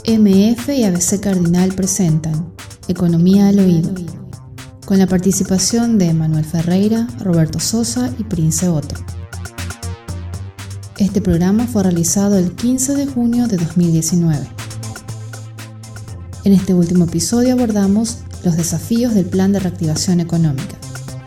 MF y ABC Cardinal presentan Economía al Oído, con la participación de Manuel Ferreira, Roberto Sosa y Prince Otto. Este programa fue realizado el 15 de junio de 2019. En este último episodio abordamos los desafíos del Plan de Reactivación Económica.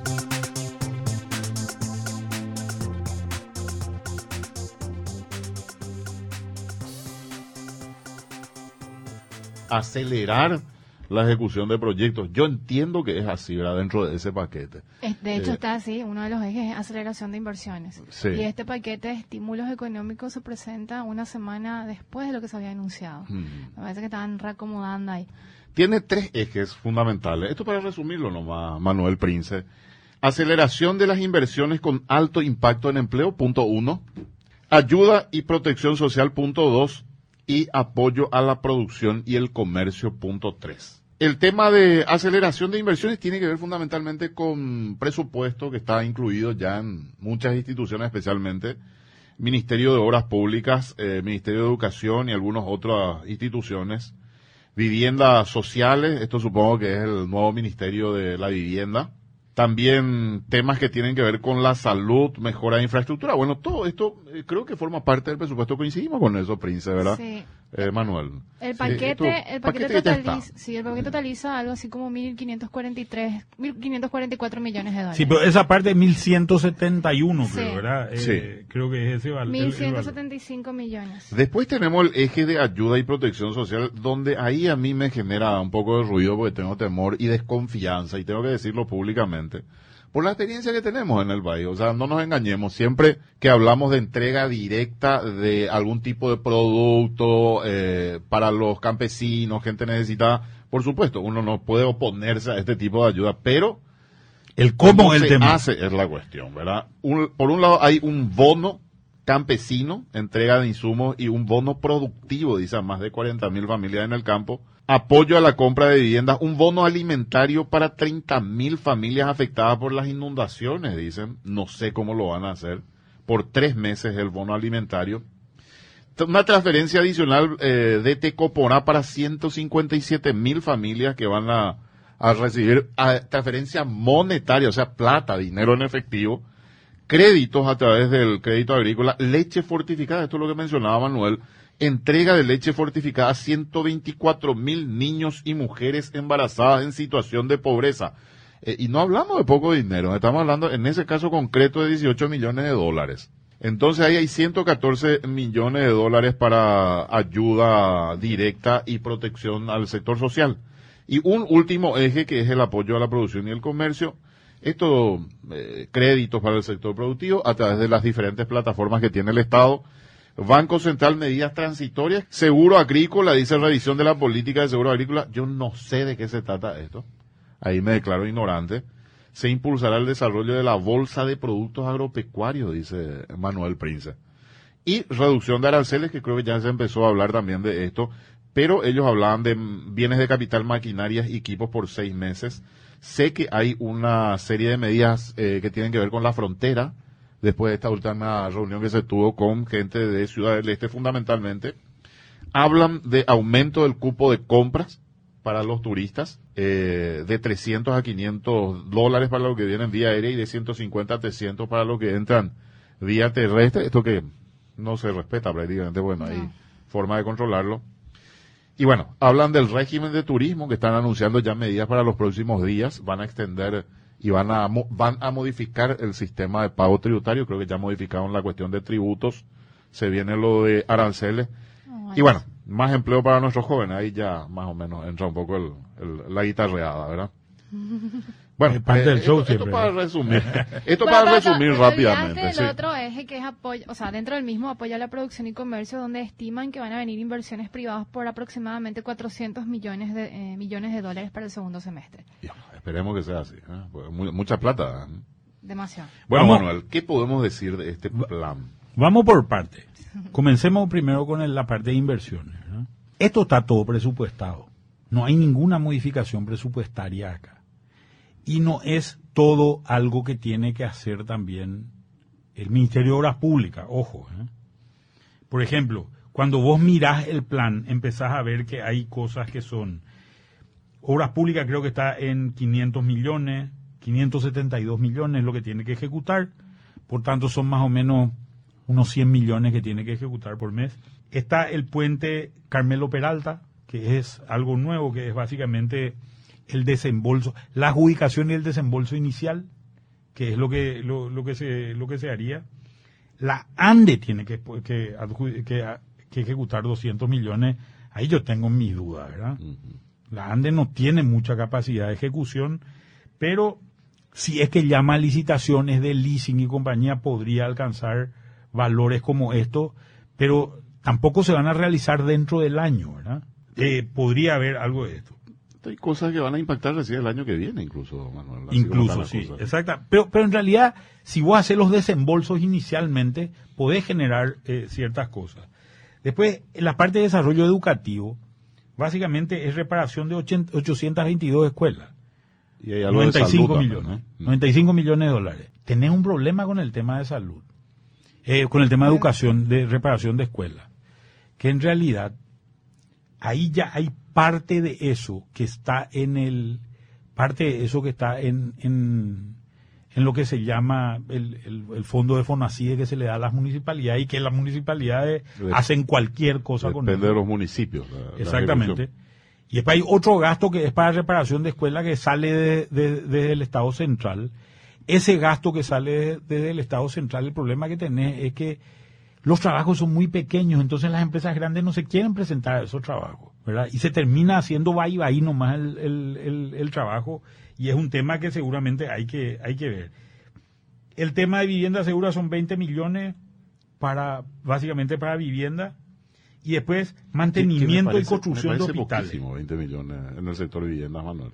Acelerar la ejecución de proyectos. Yo entiendo que es así, ¿verdad? Dentro de ese paquete. De hecho, está así. Uno de los ejes es aceleración de inversiones. Sí. Y este paquete de estímulos económicos se presenta una semana después de lo que se había anunciado. Me parece que estaban reacomodando ahí. Tiene tres ejes fundamentales. Esto para resumirlo nomás, Manuel Prince. Aceleración de las inversiones con alto impacto en empleo, punto 1. Ayuda y protección social, punto 2. Y apoyo a la producción y el comercio, punto 3. El tema de aceleración de inversiones tiene que ver fundamentalmente con presupuesto que está incluido ya en muchas instituciones, especialmente Ministerio de Obras Públicas, Ministerio de Educación y algunas otras instituciones. Viviendas sociales, esto supongo que es el nuevo Ministerio de la Vivienda. También temas que tienen que ver con la salud, mejora de infraestructura. Bueno, todo esto creo que forma parte del presupuesto. Coincidimos con eso, Prince, ¿verdad? Sí. Manuel. El paquete totaliza algo así como 1.544 millones de dólares. Sí, pero esa parte es 1.171, Sí. creo, ¿verdad? Sí. Creo que es ese valor. 1.175 millones. Después tenemos el eje de ayuda y protección social, donde ahí a mí me genera un poco de ruido porque tengo temor y desconfianza, y tengo que decirlo públicamente, por la experiencia que tenemos en el país. O sea, no nos engañemos, siempre que hablamos de entrega directa de algún tipo de producto para los campesinos, gente necesitada, por supuesto, uno no puede oponerse a este tipo de ayuda, pero el cómo se el tema hace es la cuestión, ¿verdad? Por un lado hay un bono campesino, entrega de insumos, y un bono productivo, dice, a más de 40.000 familias en el campo. Apoyo a la compra de viviendas, un bono alimentario para 30.000 familias afectadas por las inundaciones, dicen. No sé cómo lo van a hacer. Por 3 meses el bono alimentario. Una transferencia adicional de Tecoporá para 157.000 familias que van a recibir transferencia monetaria, o sea, plata, dinero en efectivo. Créditos a través del crédito agrícola, leche fortificada, esto es lo que mencionaba Manuel. Entrega de leche fortificada a 124.000 niños y mujeres embarazadas en situación de pobreza. Y no hablamos de poco dinero, estamos hablando en ese caso concreto de 18 millones de dólares. Entonces ahí hay 114 millones de dólares para ayuda directa y protección al sector social. Y un último eje que es el apoyo a la producción y el comercio. Estos créditos para el sector productivo a través de las diferentes plataformas que tiene el Estado. Banco Central, medidas transitorias. Seguro agrícola, dice revisión de la política de seguro agrícola. Yo no sé de qué se trata esto. Ahí me declaro ignorante. Se impulsará el desarrollo de la bolsa de productos agropecuarios, dice Manuel Prince. Y reducción de aranceles, que creo que ya se empezó a hablar también de esto. Pero ellos hablaban de bienes de capital, maquinarias y equipos por 6 meses. Sé que hay una serie de medidas que tienen que ver con la frontera, después de esta última reunión que se tuvo con gente de Ciudad del Este fundamentalmente. Hablan de aumento del cupo de compras para los turistas, de 300 a 500 dólares para los que vienen vía aérea y de 150 a 300 para los que entran vía terrestre. Esto que no se respeta prácticamente, bueno, hay forma de controlarlo. Y bueno, hablan del régimen de turismo, que están anunciando ya medidas para los próximos días. Van a extender y van a modificar el sistema de pago tributario. Creo que ya modificaron la cuestión de tributos. Se viene lo de aranceles. Y bueno, más empleo para nuestros jóvenes. Ahí ya más o menos entra un poco la guitarreada, ¿verdad? Bueno, parte del show esto para resumir. Esto Bueno, para resumir pero rápidamente. el Sí. otro eje que es apoyo, o sea, dentro del mismo apoyo a la producción y comercio, donde estiman que van a venir inversiones privadas por aproximadamente 400 millones de dólares para el segundo semestre. Ya, esperemos que sea así. Pues mucha plata. Demasiado. Bueno, Vamos. Manuel, ¿qué podemos decir de este plan? Vamos por partes. Comencemos primero con la parte de inversiones, ¿no? Esto está todo presupuestado. No hay ninguna modificación presupuestaria acá. Y no es todo algo que tiene que hacer también el Ministerio de Obras Públicas, ojo. Por ejemplo, cuando vos mirás el plan, empezás a ver que hay cosas que son... Obras públicas creo que está en 500 millones, 572 millones es lo que tiene que ejecutar, por tanto son más o menos unos 100 millones que tiene que ejecutar por mes. Está el puente Carmelo Peralta, que es algo nuevo, que es básicamente el desembolso, la adjudicación y el desembolso inicial, que es lo que se haría. La ANDE tiene que ejecutar 200 millones, ahí yo tengo mis dudas, ¿verdad? Uh-huh. La ANDE no tiene mucha capacidad de ejecución, pero si es que llama a licitaciones de leasing y compañía, podría alcanzar valores como estos, pero tampoco se van a realizar dentro del año, ¿verdad? Podría haber algo de esto. Hay cosas que van a impactar recién el año que viene, incluso, Manuel. Incluso, sí, exacto. Pero en realidad, si vos haces los desembolsos inicialmente, podés generar ciertas cosas. Después, en la parte de desarrollo educativo, básicamente es reparación de 822 escuelas. Y hay algo 95 de salud millones. También, ¿no? 95 millones de dólares. Tenés un problema con el tema de salud, con el tema de educación, de reparación de escuelas, que en realidad ahí ya hay parte de eso que está en lo que se llama el fondo de FONACIDE que se le da a las municipalidades y que las municipalidades hacen cualquier cosa con eso. Depende de los municipios. Exactamente. Y después hay otro gasto que es para reparación de escuela que sale desde el Estado Central. Ese gasto que sale desde el Estado Central, el problema que tenés es que los trabajos son muy pequeños, entonces las empresas grandes no se quieren presentar a esos trabajos, ¿verdad? Y se termina haciendo va y nomás el trabajo, y es un tema que seguramente hay que ver. El tema de vivienda segura son 20 millones básicamente para vivienda, y después mantenimiento y construcción de hospitales. Poquísimo, 20 millones en el sector de viviendas, Manuel.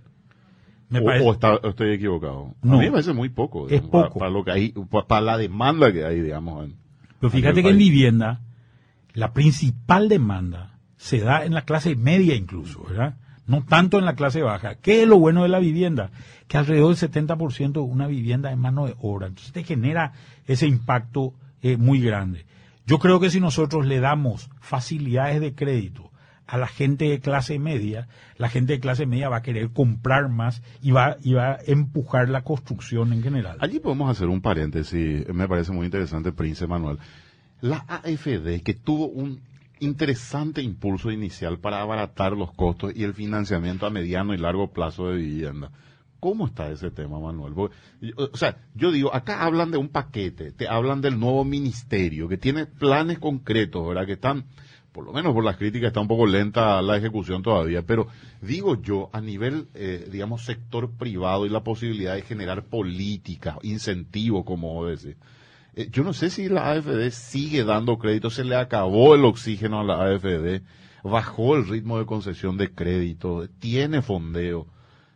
Estoy equivocado. No, a mí me parece muy poco. Es poco. Para lo que hay, para la demanda que hay, digamos. Pero fíjate que en vivienda, la principal demanda se da en la clase media incluso, ¿verdad? No tanto en la clase baja. ¿Qué es lo bueno de la vivienda? Que alrededor del 70% de una vivienda es mano de obra. Entonces te genera ese impacto muy grande. Yo creo que si nosotros le damos facilidades de crédito a la gente de clase media, la gente de clase media va a querer comprar más y va a empujar la construcción en general. Allí podemos hacer un paréntesis, me parece muy interesante, Prince Manuel. La AFD, que tuvo un interesante impulso inicial para abaratar los costos y el financiamiento a mediano y largo plazo de vivienda. ¿Cómo está ese tema, Manuel? O sea, yo digo, acá hablan de un paquete, te hablan del nuevo ministerio, que tiene planes concretos, ¿verdad? Que están, por lo menos por las críticas, está un poco lenta la ejecución todavía, pero digo yo, a nivel, digamos, sector privado y la posibilidad de generar política, incentivos, como vos decís, yo no sé si la AFD sigue dando crédito, se le acabó el oxígeno a la AFD, bajó el ritmo de concesión de crédito, tiene fondeo.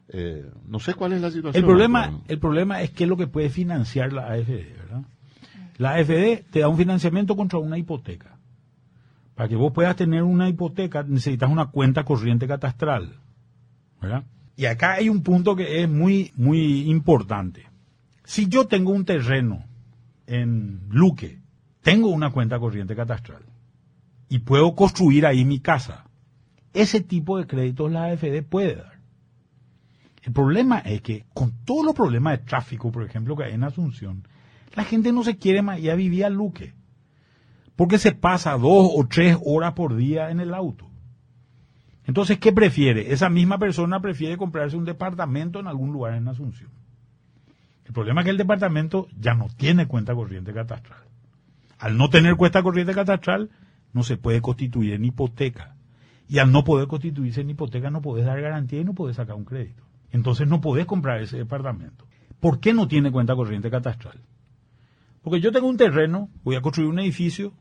No sé cuál es la situación. El problema es qué es lo que puede financiar la AFD, ¿verdad? La AFD te da un financiamiento contra una hipoteca. Para que vos puedas tener una hipoteca necesitas una cuenta corriente catastral, ¿verdad? Y acá hay un punto que es muy, muy importante. Si yo tengo un terreno en Luque, tengo una cuenta corriente catastral y puedo construir ahí mi casa, ese tipo de créditos la AFD puede dar. El problema es que con todos los problemas de tráfico, por ejemplo, que hay en Asunción, la gente no se quiere más ir a vivir a Luque, porque se pasa 2 o 3 horas por día en el auto. Entonces, ¿qué prefiere? Esa misma persona prefiere comprarse un departamento en algún lugar en Asunción. El problema es que el departamento ya no tiene cuenta corriente catastral. Al no tener cuenta corriente catastral, no se puede constituir en hipoteca. Y al no poder constituirse en hipoteca, no podés dar garantía y no podés sacar un crédito. Entonces no podés comprar ese departamento. ¿Por qué no tiene cuenta corriente catastral? Porque yo tengo un terreno, voy a construir un edificio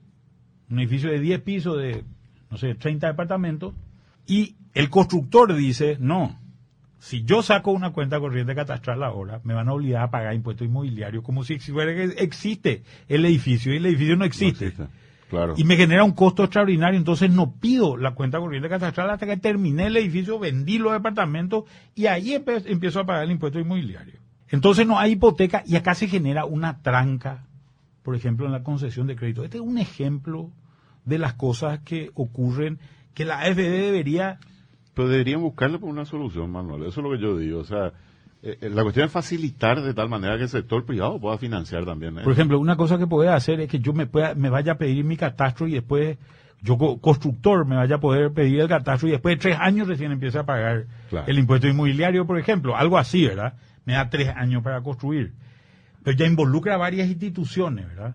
de 10 pisos, de, 30 departamentos, y el constructor dice, no, si yo saco una cuenta corriente catastral ahora, me van a obligar a pagar impuestos inmobiliarios, como si fuera que existe el edificio, y el edificio no existe. Claro. Y me genera un costo extraordinario, entonces no pido la cuenta corriente catastral hasta que terminé el edificio, vendí los departamentos y ahí empiezo a pagar el impuesto inmobiliario. Entonces no hay hipoteca y acá se genera una tranca, por ejemplo, en la concesión de crédito. Este es un ejemplo de las cosas que ocurren, que la AFD debería... Pero deberían buscarle por una solución, Manuel. Eso es lo que yo digo. O sea, la cuestión es facilitar de tal manera que el sector privado pueda financiar también. Por ejemplo, una cosa que puede hacer es que yo me vaya a pedir mi catastro y después, yo constructor, me vaya a poder pedir el catastro y después de 3 años recién empiece a pagar el impuesto inmobiliario, por ejemplo. Algo así, ¿verdad? Me da 3 años para construir. Pero ya involucra a varias instituciones, ¿verdad?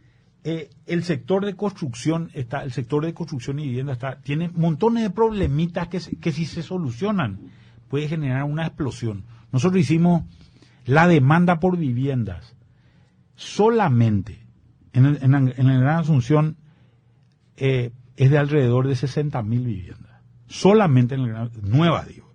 El sector de construcción y vivienda tiene montones de problemitas que si se solucionan puede generar una explosión. Nosotros hicimos la demanda por viviendas solamente en el Gran Asunción es de alrededor de 60.000 viviendas, solamente en el Gran, nuevas digo.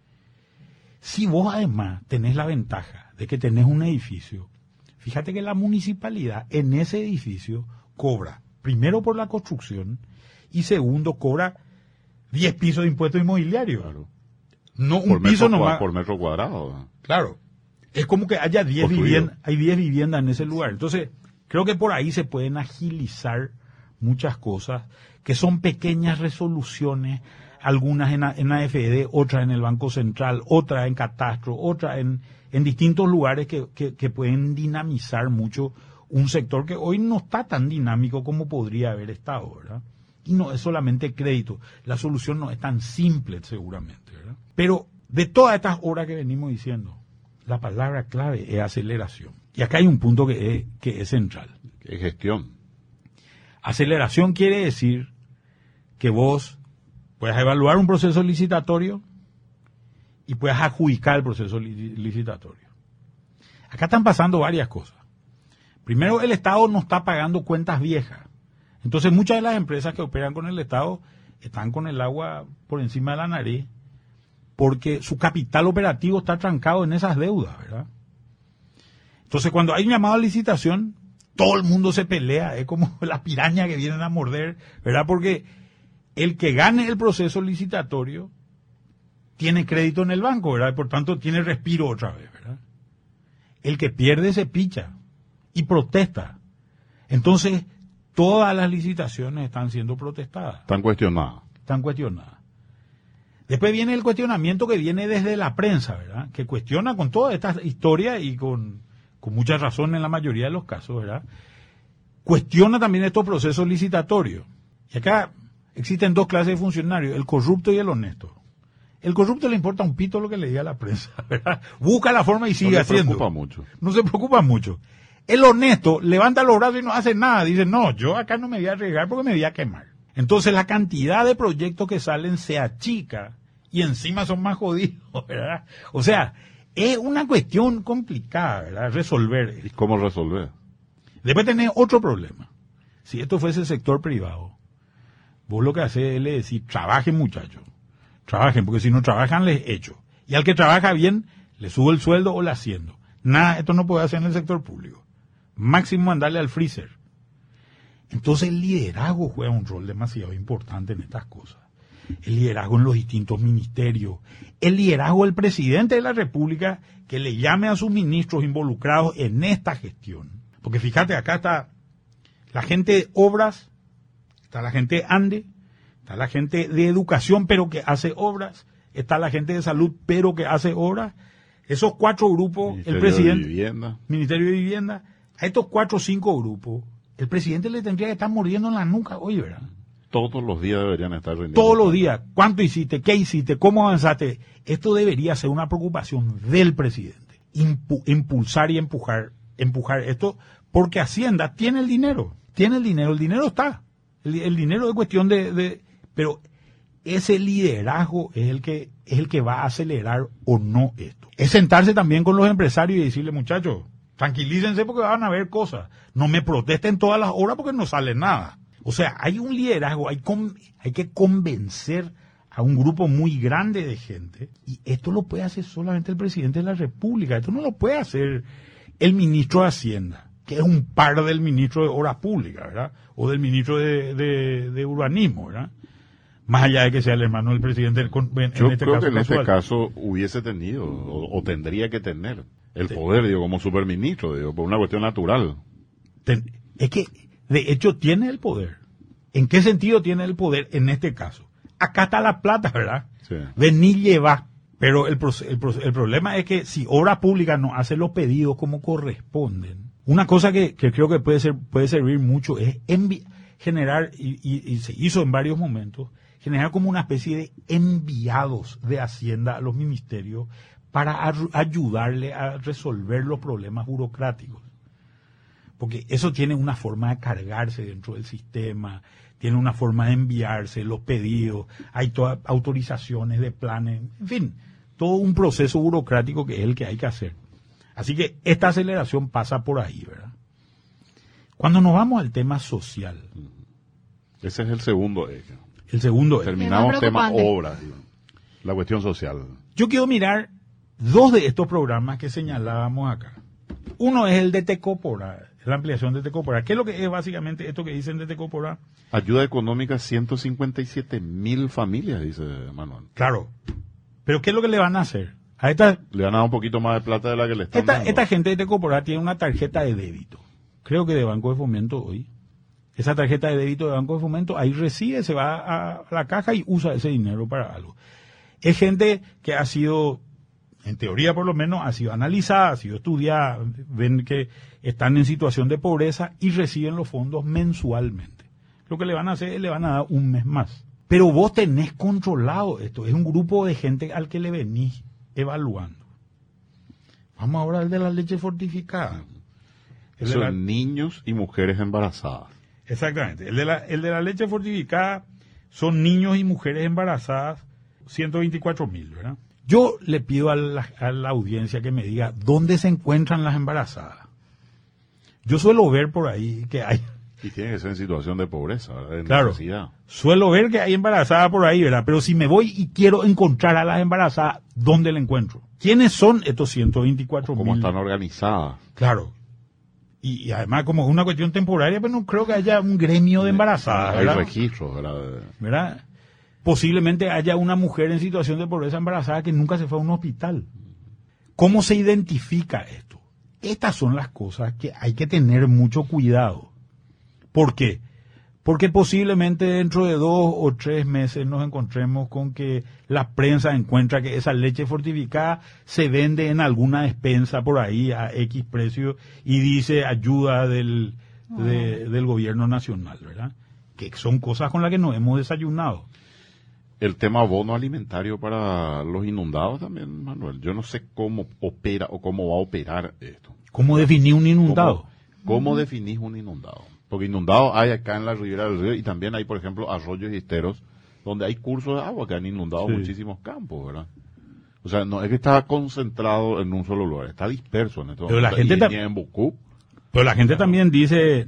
Si vos además tenés la ventaja de que tenés un edificio, fíjate que la municipalidad en ese edificio cobra, primero por la construcción, y segundo cobra 10 pisos de impuesto inmobiliario. Claro. No un piso nomás. Por metro cuadrado. Claro. Es como que haya 10 viviendas, hay 10 viviendas en ese lugar. Entonces, creo que por ahí se pueden agilizar muchas cosas, que son pequeñas resoluciones, algunas en AFD, otras en el Banco Central, otras en Catastro, otras en distintos lugares que pueden dinamizar mucho un sector que hoy no está tan dinámico como podría haber estado, ¿verdad? Y no es solamente crédito, la solución no es tan simple seguramente, ¿verdad? Pero de todas estas horas que venimos diciendo, la palabra clave es aceleración. Y acá hay un punto que es central. Que es gestión. Aceleración quiere decir que vos puedas evaluar un proceso licitatorio y puedas adjudicar el proceso licitatorio. Acá están pasando varias cosas. Primero, el Estado no está pagando cuentas viejas. Entonces, muchas de las empresas que operan con el Estado están con el agua por encima de la nariz porque su capital operativo está trancado en esas deudas, ¿verdad? Entonces, cuando hay un llamado a licitación, todo el mundo se pelea, es como las pirañas que vienen a morder, ¿verdad? Porque el que gane el proceso licitatorio tiene crédito en el banco, ¿verdad? Y por tanto tiene respiro otra vez, ¿verdad? El que pierde se picha y protesta. Entonces, todas las licitaciones están siendo protestadas. Están cuestionadas. Después viene el cuestionamiento que viene desde la prensa, ¿verdad? Que cuestiona con toda esta historia y con mucha razón en la mayoría de los casos, ¿verdad? Cuestiona también estos procesos licitatorios. Y acá existen 2 clases de funcionarios, el corrupto y el honesto. El corrupto le importa un pito lo que le diga a la prensa, ¿verdad? Busca la forma y sigue haciendo. No se preocupa mucho. El honesto levanta los brazos y no hace nada. Dice, no, yo acá no me voy a arriesgar porque me voy a quemar. Entonces la cantidad de proyectos que salen se achica y encima son más jodidos, ¿verdad? O sea, es una cuestión complicada, ¿verdad? Resolver. ¿Y cómo resolver? Después tenés otro problema. Si esto fuese el sector privado, vos lo que haces es decir, trabajen muchachos, trabajen, porque si no trabajan les echo. Y al que trabaja bien, le subo el sueldo o le asciendo. Nada, esto no puede hacer en el sector público. Máximo mandarle al freezer. Entonces el liderazgo juega un rol demasiado importante en estas cosas. El liderazgo en los distintos ministerios. El liderazgo del presidente de la República que le llame a sus ministros involucrados en esta gestión. Porque fíjate, acá está la gente de obras, está la gente de ANDE, está la gente de educación pero que hace obras, está la gente de salud pero que hace obras. Esos 4 grupos, Ministerio el presidente, de Vivienda. Ministerio de Vivienda, a estos 4 o 5 grupos, el presidente le tendría que estar mordiendo en la nuca hoy, ¿verdad? Todos los días deberían estar rindiendo. Todos los días. ¿Cuánto hiciste? ¿Qué hiciste? ¿Cómo avanzaste? Esto debería ser una preocupación del presidente. Impulsar y empujar esto, porque Hacienda tiene el dinero. El dinero está. El dinero es cuestión pero ese liderazgo es el que va a acelerar o no esto. Es sentarse también con los empresarios y decirle, muchachos, tranquilícense porque van a haber cosas. No me protesten todas las horas porque no sale nada. O sea, hay un liderazgo, hay que convencer a un grupo muy grande de gente. Y esto lo puede hacer solamente el presidente de la República. Esto no lo puede hacer el ministro de Hacienda, que es un par del ministro de Obras Públicas, ¿verdad? O del ministro de Urbanismo, ¿verdad? Más allá de que sea el hermano del presidente. Yo creo que en este caso hubiese tenido, o tendría que tener, el poder, como superministro, por una cuestión natural. Es que, de hecho, tiene el poder. ¿En qué sentido tiene el poder en este caso? Acá está la plata, ¿verdad? Sí. Vení, lleva. Pero el problema es que si Obras Públicas no hace los pedidos como corresponden, una cosa que creo que puede servir mucho es generar, y se hizo en varios momentos, generar como una especie de enviados de Hacienda a los ministerios para ayudarle a resolver los problemas burocráticos. Porque eso tiene una forma de cargarse dentro del sistema, tiene una forma de enviarse los pedidos, hay todas autorizaciones de planes, en fin, todo un proceso burocrático que es el que hay que hacer. Así que esta aceleración pasa por ahí, ¿verdad? Cuando nos vamos al tema social. Ese es el segundo eje. El segundo eje. Terminamos tema obras, la cuestión social. Yo quiero mirar dos de estos programas que señalábamos acá. Uno es el de Tecópora, la ampliación de Tecópora. ¿Qué es lo que es básicamente esto que dicen de Tecópora? Ayuda económica 157.000 familias, dice Manuel. Claro. Pero ¿qué es lo que le van a hacer? Le van a dar un poquito más de plata de la que le están dando. Esta gente de Tecópora tiene una tarjeta de débito. Creo que de Banco de Fomento hoy. Esa tarjeta de débito de Banco de Fomento, ahí recibe, se va a la caja y usa ese dinero para algo. Es gente que ha sido, en teoría por lo menos, ha sido analizada, ha sido estudiada, ven que están en situación de pobreza y reciben los fondos mensualmente. Lo que le van a hacer es le van a dar un mes más. Pero vos tenés controlado esto, es un grupo de gente al que le venís evaluando. Vamos ahora al de la leche fortificada. Son niños y mujeres embarazadas. Exactamente. El de la leche fortificada son niños y mujeres embarazadas, 124.000, ¿verdad? Yo le pido a la audiencia que me diga dónde se encuentran las embarazadas. Yo suelo ver por ahí que hay... Y tiene que ser en situación de pobreza, ¿verdad? De claro, necesidad. Suelo ver que hay embarazadas por ahí, ¿verdad? Pero si me voy y quiero encontrar a las embarazadas, ¿dónde la encuentro? ¿Quiénes son estos 124.000? ¿Cómo están organizadas? Claro. Y además, como es una cuestión temporaria, pues no creo que haya un gremio de embarazadas, ¿verdad? Hay registros, ¿verdad? Posiblemente haya una mujer en situación de pobreza embarazada que nunca se fue a un hospital. ¿Cómo se identifica esto? Estas son las cosas que hay que tener mucho cuidado. ¿Por qué? Porque posiblemente dentro de 2 o 3 meses nos encontremos con que la prensa encuentra que esa leche fortificada se vende en alguna despensa por ahí a X precio y dice ayuda del gobierno nacional, ¿verdad? Que son cosas con las que nos hemos desayunado. El tema bono alimentario para los inundados también, Manuel. Yo no sé cómo opera o cómo va a operar esto. ¿Cómo definir un inundado? ¿Cómo definís un inundado? Porque inundados hay acá en la ribera del río y también hay, por ejemplo, arroyos y esteros donde hay cursos de agua que han inundado muchísimos campos, ¿verdad? O sea, no es que está concentrado en un solo lugar, está disperso en esto. Pero la gente en Bucú. Pero la gente también dice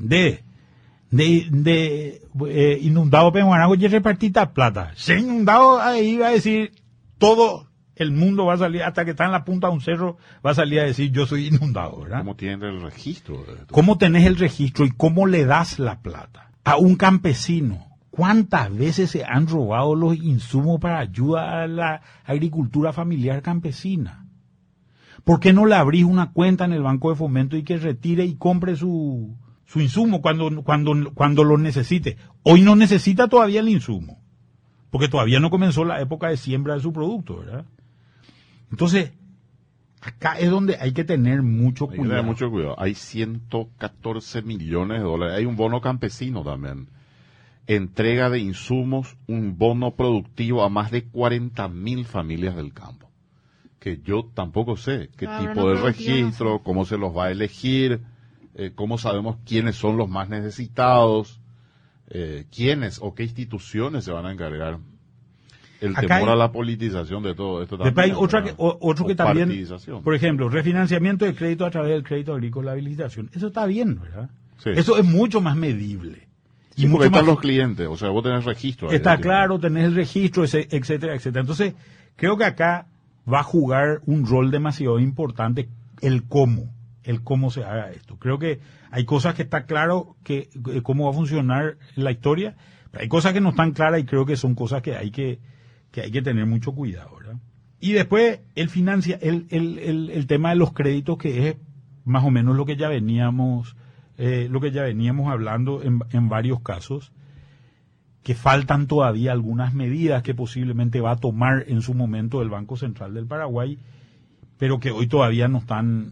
inundado Pehuanago y repartita plata. Se inundado ahí va a decir todo el mundo va a salir, hasta que está en la punta de un cerro, va a salir a decir yo soy inundado, ¿verdad? ¿Cómo tienen el registro de esto? ¿Cómo tenés el registro y cómo le das la plata a un campesino? ¿Cuántas veces se han robado los insumos para ayuda a la agricultura familiar campesina? ¿Por qué no le abrís una cuenta en el Banco de Fomento y que retire y compre su insumo cuando lo necesite? Hoy no necesita todavía el insumo, porque todavía no comenzó la época de siembra de su producto, ¿verdad? Entonces, acá es donde hay que tener mucho cuidado. Hay que tener mucho cuidado. Hay 114 millones de dólares. Hay un bono campesino también. Entrega de insumos, un bono productivo a más de 40.000 familias del campo. Que yo tampoco sé qué tipo de registro, cómo se los va a elegir, cómo sabemos quiénes son los más necesitados, quiénes o qué instituciones se van a encargar. El temor a la politización de todo esto también. Después hay otro que también, por ejemplo, refinanciamiento de crédito a través del crédito agrícola, habilitación. Eso está bien, ¿verdad? Sí. Eso es mucho más medible. Sí, porque están los clientes, o sea, vos tenés registro. Está claro, tenés el registro, etcétera, etcétera. Entonces, creo que acá va a jugar un rol demasiado importante el cómo se haga esto. Creo que hay cosas que está claro que cómo va a funcionar la historia, pero hay cosas que no están claras y creo que son cosas que hay que tener mucho cuidado, ¿verdad? Y después el tema de los créditos, que es más o menos lo que ya veníamos hablando en varios casos. que faltan todavía algunas medidas que posiblemente va a tomar en su momento el Banco Central del Paraguay, pero que hoy todavía no están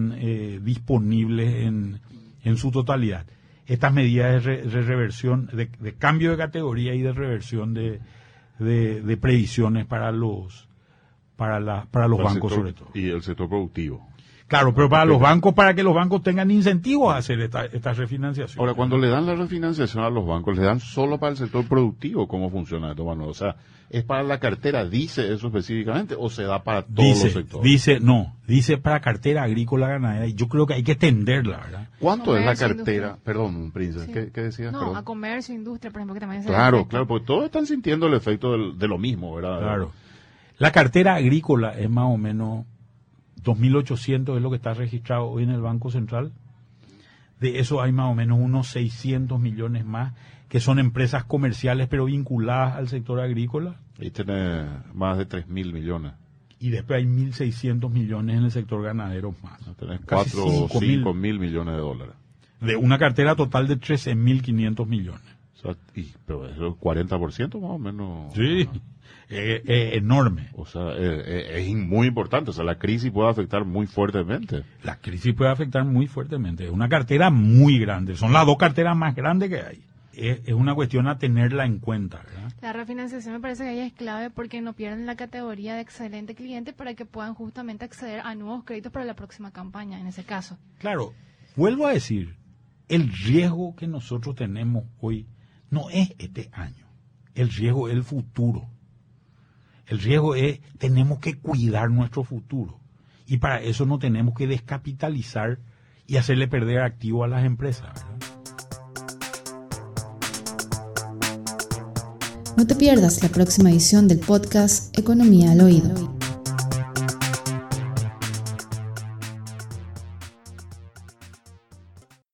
disponibles en su totalidad. Estas medidas de reversión, de cambio de categoría y de reversión de previsiones para los bancos, sobre todo. Y el sector productivo. Claro, pero para los bancos, para que los bancos tengan incentivos a hacer esta refinanciación. Ahora, cuando le dan la refinanciación a los bancos, ¿le dan solo para el sector productivo? ¿Cómo funciona esto, Manuel? O sea, ¿es para la cartera? ¿Dice eso específicamente o se da para todos los sectores? Dice para cartera agrícola ganadera, y yo creo que hay que extenderla, ¿verdad? ¿Cuánto es la cartera? Industria. Perdón, Prince, Sí. ¿qué decías? No, Perdón. a comercio, industria, por ejemplo, que también se Claro, afecta. claro, porque todos están sintiendo el efecto de lo mismo, ¿verdad? Claro. La cartera agrícola es más o menos 2.800 es lo que está registrado hoy en el Banco Central. De eso hay más o menos unos 600 millones más, que son empresas comerciales pero vinculadas al sector agrícola. Ahí tiene más de 3.000 millones. Y después hay 1.600 millones en el sector ganadero más. Tenés Casi 4 o 5.000. 5.000 millones de dólares. De una cartera total de 13.500 millones. O sea, pero eso es 40% más o menos. Sí, enorme. O sea, es muy importante. O sea, la crisis puede afectar muy fuertemente. La crisis puede afectar muy fuertemente. Es una cartera muy grande. Son las dos carteras más grandes que hay. Es una cuestión a tenerla en cuenta, ¿verdad? La refinanciación me parece que ahí es clave porque no pierden la categoría de excelente cliente para que puedan justamente acceder a nuevos créditos para la próxima campaña, en ese caso. Claro, vuelvo a decir, el riesgo que nosotros tenemos hoy no es este año. El riesgo es el futuro. El riesgo es, tenemos que cuidar nuestro futuro. Y para eso no tenemos que descapitalizar y hacerle perder activo a las empresas, ¿verdad? No te pierdas la próxima edición del podcast Economía al Oído.